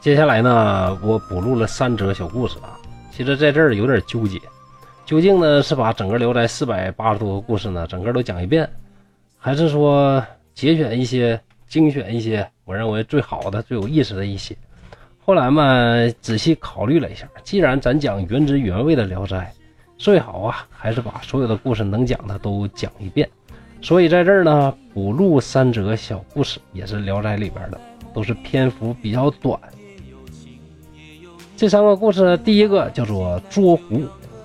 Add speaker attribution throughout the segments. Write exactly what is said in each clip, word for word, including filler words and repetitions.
Speaker 1: 接下来呢，我补录了三则小故事啊。其实在这儿有点纠结，究竟呢是把整个《聊斋》四百八十多个故事呢，整个都讲一遍，还是说节选一些、精选一些我认为最好的、最有意思的一些？后来嘛，仔细考虑了一下，既然咱讲原汁原味的《聊斋》，最好啊，还是把所有的故事能讲的都讲一遍。所以在这儿呢，补录三则小故事，也是《聊斋》里边的，都是篇幅比较短。这三个故事，第一个叫做捉狐。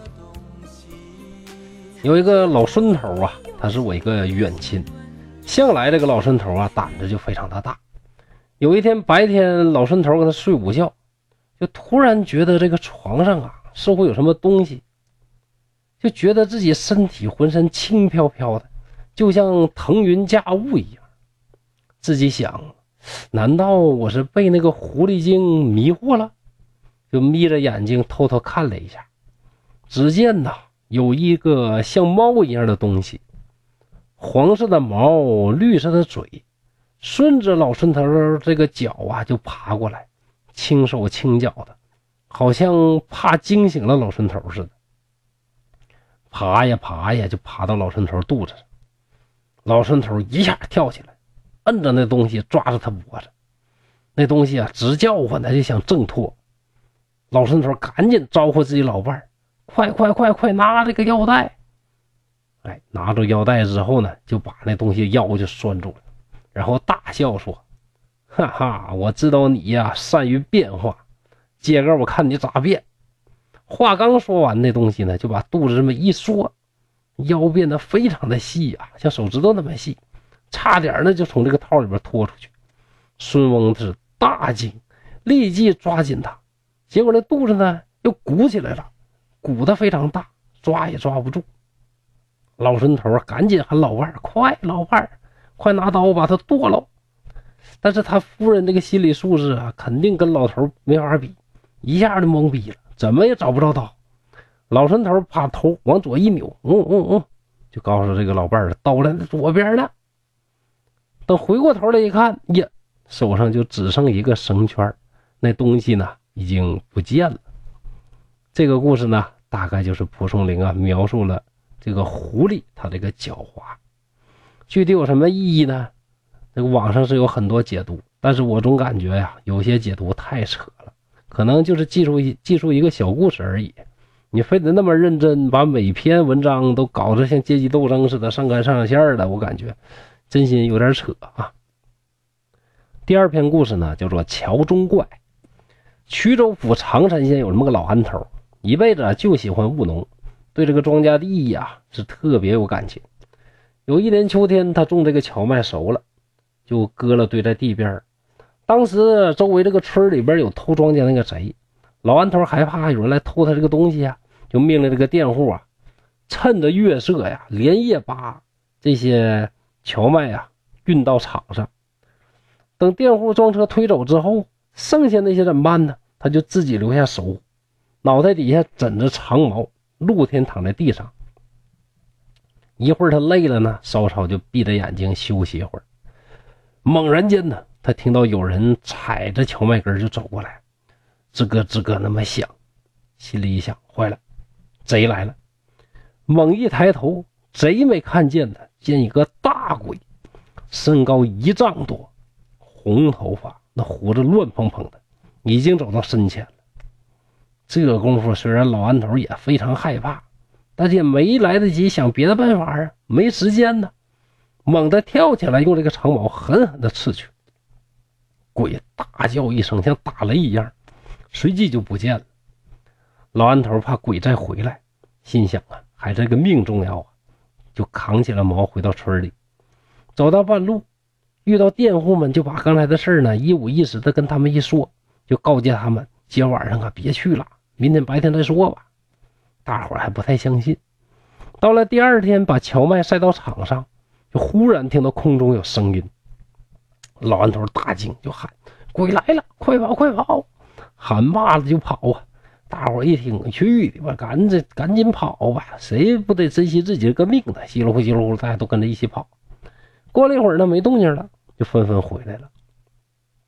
Speaker 1: 有一个老孙头啊，他是我一个远亲，向来这个老孙头啊胆子就非常的大。有一天白天，老孙头跟他睡午觉，就突然觉得这个床上啊似乎有什么东西，就觉得自己身体浑身轻飘飘的，就像腾云驾雾一样。自己想，难道我是被那个狐狸精迷惑了？就眯着眼睛偷偷看了一下，只见呐有一个像猫一样的东西，黄色的毛，绿色的嘴，顺着老孙头这个脚啊就爬过来，轻手轻脚的，好像怕惊醒了老孙头似的。爬呀爬呀，就爬到老孙头肚子上。老孙头一下跳起来，摁着那东西，抓着他脖子。那东西啊直叫唤，他就想挣脱。老孙头赶紧招呼自己老伴儿，快快快快拿这个腰带。哎，拿住腰带之后呢，就把那东西腰就拴住了，然后大笑说：哈哈，我知道你呀善于变化，接个我看你咋变。话刚说完，那东西呢就把肚子这么一缩，腰变得非常的细啊，像手指头那么细，差点呢就从这个套里边拖出去。孙翁是大惊，立即抓紧他，结果那肚子呢又鼓起来了，鼓得非常大，抓也抓不住。老孙头赶紧喊老伴儿，快老伴儿，快拿刀把他剁了。但是他夫人这个心理素质啊，肯定跟老头没法比，一下就懵逼了，怎么也找不着刀。老孙头把头往左一扭，嗯嗯嗯，就告诉这个老伴儿，刀在左边呢。等回过头来一看，呀，手上就只剩一个绳圈，那东西呢已经不见了。这个故事呢，大概就是蒲松龄啊描述了这个狐狸它这个狡猾。具体有什么意义呢？这个网上是有很多解读，但是我总感觉呀，有些解读太扯了，可能就是记述一记述一个小故事而已。你非得那么认真，把每篇文章都搞得像阶级斗争似的，上纲上线的，我感觉真心有点扯啊。第二篇故事呢，叫做桥中怪。衢州府常山县有这么个老憨头，一辈子就喜欢务农，对这个庄稼地呀是特别有感情。有一年秋天，他种这个荞麦熟了，就割了堆在地边。当时周围这个村里边有偷庄稼那个贼，老憨头害怕有人来偷他这个东西啊，就命令这个佃户啊，趁着月色呀，连夜把这些荞麦啊运到场上。等佃户装车推走之后，剩下那些怎么办呢？他就自己留下守护，脑袋底下枕着长矛，露天躺在地上。一会儿他累了呢，稍稍就闭着眼睛休息一会儿。猛然间呢，他听到有人踩着荞麦根就走过来，吱咯吱咯那么响，心里一想，坏了，贼来了。猛一抬头，贼没看见他，见一个大鬼，身高一丈多，红头发，那胡子乱蓬蓬的，已经走到身前了。这个功夫虽然老安头也非常害怕，但是也没来得及想别的办法啊，没时间呢，猛地跳起来，用这个长矛狠狠地刺去。鬼大叫一声，像打雷一样，随即就不见了。老安头怕鬼再回来，心想啊，还这个命重要啊，就扛起了矛回到村里。走到半路，遇到佃户们，就把刚才的事呢一五一十的跟他们一说，就告诫他们今晚上啊别去了，明天白天再说吧。大伙还不太相信。到了第二天，把荞麦晒到场上，就忽然听到空中有声音。老安头大惊，就喊鬼来了，快跑快跑，喊罢了就跑啊。大伙一听，去的吧，赶紧赶紧跑吧，谁不得珍惜自己这个命呢？稀里呼稀里呼大家都跟着一起跑。过了一会儿呢，没动静了，就纷纷回来了。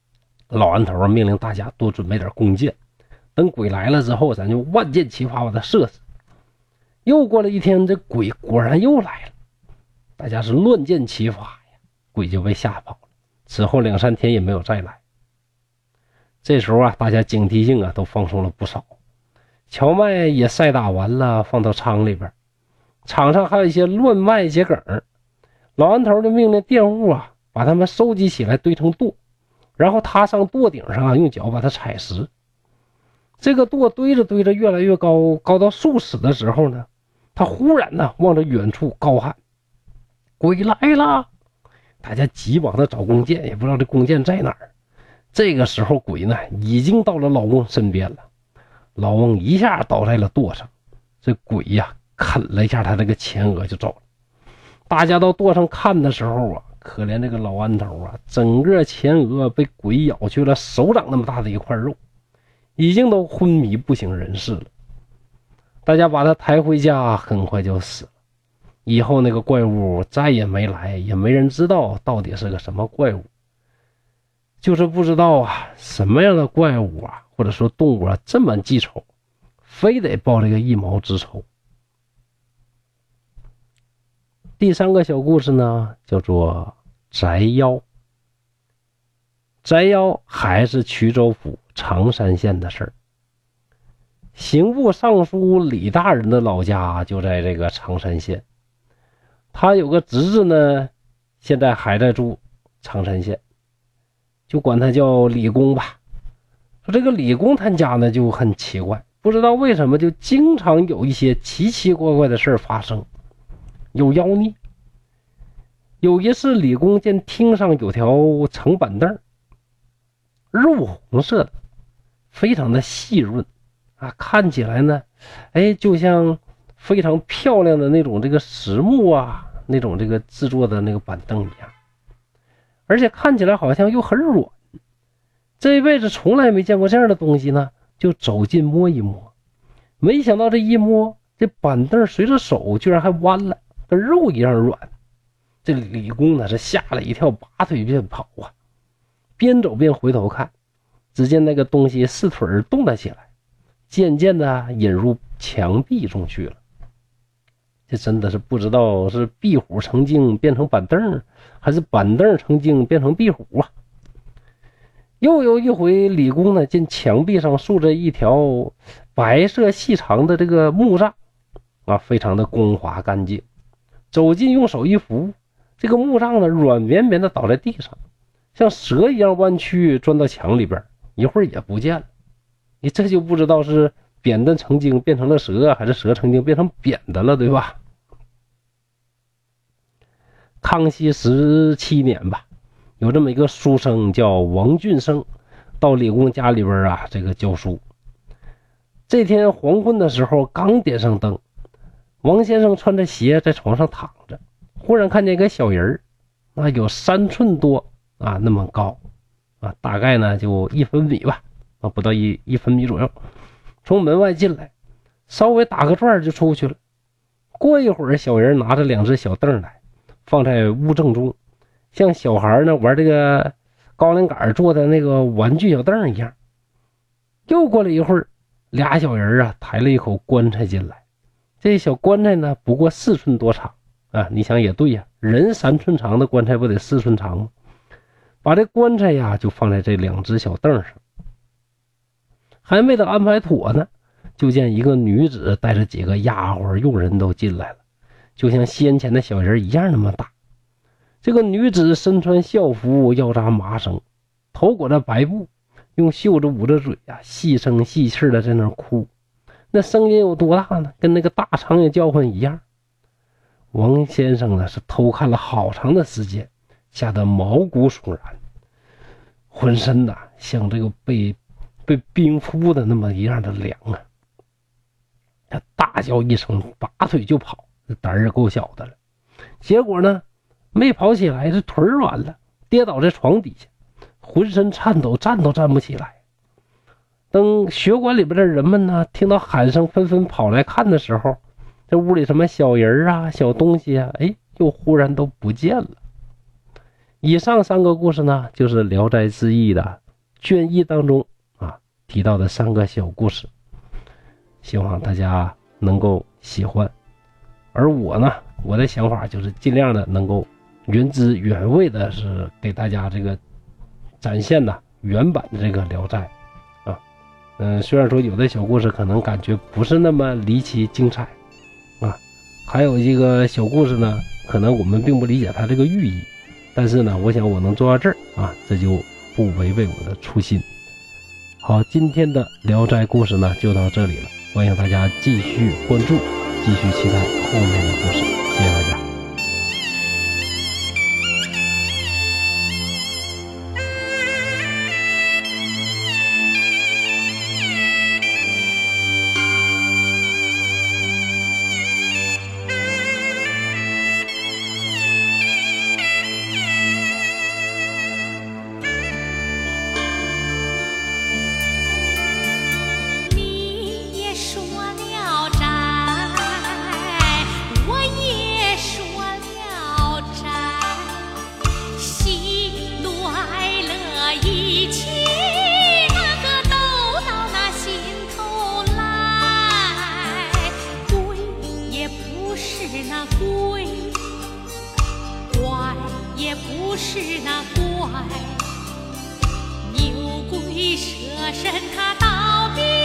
Speaker 1: 老顽头命令大家多准备点弓箭，等鬼来了之后，咱就万箭齐发把他射死。又过了一天，这鬼果然又来了，大家是乱箭齐发呀，鬼就被吓跑了。此后两三天也没有再来。这时候啊，大家警惕性啊都放松了不少，荞麦也晒打完了，放到仓里边，场上还有一些乱麦秸秆，老顽头就命令佃户啊把它们收集起来堆成垛，然后他上垛顶上啊用脚把它踩实。这个垛堆着堆着越来越高，高到数尺的时候呢，他忽然呢望着远处高喊：鬼来了！大家急忙的找弓箭，也不知道这弓箭在哪儿。这个时候鬼呢已经到了老翁身边了，老翁一下倒在了垛上，这鬼呀啃了一下他这个前额就走了。大家到垛上看的时候啊，可怜这个老顽头啊，整个前额被鬼咬去了手掌那么大的一块肉，已经都昏迷不省人事了。大家把他抬回家，很快就死了。以后那个怪物再也没来，也没人知道到底是个什么怪物。就是不知道啊，什么样的怪物啊，或者说动物啊，这么记仇，非得报这个一毛之仇。第三个小故事呢，叫做宅妖。宅妖还是衢州府常山县的事儿。刑部尚书李大人的老家就在这个常山县，他有个侄子呢，现在还在住常山县，就管他叫李公吧。说这个李公他家呢就很奇怪，不知道为什么就经常有一些奇奇怪怪的事发生，有妖孽。有一次李公见厅上有条长板凳，肉红色的，非常的细润啊，看起来呢哎就像非常漂亮的那种这个实木啊，那种这个制作的那个板凳一样，而且看起来好像又很软。这一辈子从来没见过这样的东西呢，就走近摸一摸，没想到这一摸，这板凳随着手居然还弯了，跟肉一样软。这李公呢是吓了一跳，拔腿便跑啊，边走边回头看，只见那个东西四腿动了起来，渐渐的引入墙壁中去了。这真的是不知道是壁虎成精变成板凳，还是板凳成精变成壁虎啊。又有一回，李公呢见墙壁上竖着一条白色细长的这个木杖啊，非常的光滑干净，走近用手一扶，这个木杖呢软绵绵的倒在地上，像蛇一样弯曲钻到墙里边，一会儿也不见了。你这就不知道是扁担成精变成了蛇，还是蛇成精变成扁的了，对吧？康熙十七年吧，有这么一个书生叫王俊生，到李公家里边啊这个教书。这天黄昏的时候，刚点上灯，王先生穿着鞋在床上躺着，忽然看见一个小人儿，啊有三寸多啊那么高啊，大概呢就一分米吧，啊不到一一分米左右，从门外进来，稍微打个转就出去了。过一会儿，小人拿着两只小凳来，放在屋正中，像小孩呢玩这个高粱杆做的那个玩具小凳一样。又过了一会儿，俩小人啊抬了一口棺材进来，这小棺材呢不过四寸多长啊，你想也对呀，人三寸长的棺材不得四寸长吗？把这棺材呀就放在这两只小凳上，还没等安排妥呢，就见一个女子带着几个丫鬟佣人都进来了，就像先前的小人一样那么大。这个女子身穿校服，腰扎麻绳，头裹着白布，用袖子捂着嘴啊，细声细气的在那哭，那声音有多大呢？跟那个大苍蝇叫唤一样。王先生呢是偷看了好长的时间，吓得毛骨悚然，浑身呐像这个被被冰敷的那么一样的凉啊。他大叫一声，拔腿就跑，胆儿也够小的了。结果呢没跑起来，这腿软了，跌倒在床底下，浑身颤抖，站都站不起来。等学馆里边的人们呢听到喊声纷纷跑来看的时候，这屋里什么小人啊小东西啊，哎，又忽然都不见了。以上三个故事呢就是聊斋志异的卷一当中啊提到的三个小故事，希望大家能够喜欢。而我呢，我的想法就是尽量的能够原汁原味的是给大家这个展现的原版的这个聊斋啊。嗯，虽然说有的小故事可能感觉不是那么离奇精彩啊，还有一个小故事呢，可能我们并不理解它这个寓意，但是呢，我想我能做到这儿啊，这就不违背我的初心。好，今天的聊斋故事呢就到这里了，欢迎大家继续关注，继续期待后面的故事，谢谢大家。
Speaker 2: 是那怪牛鬼蛇神他到底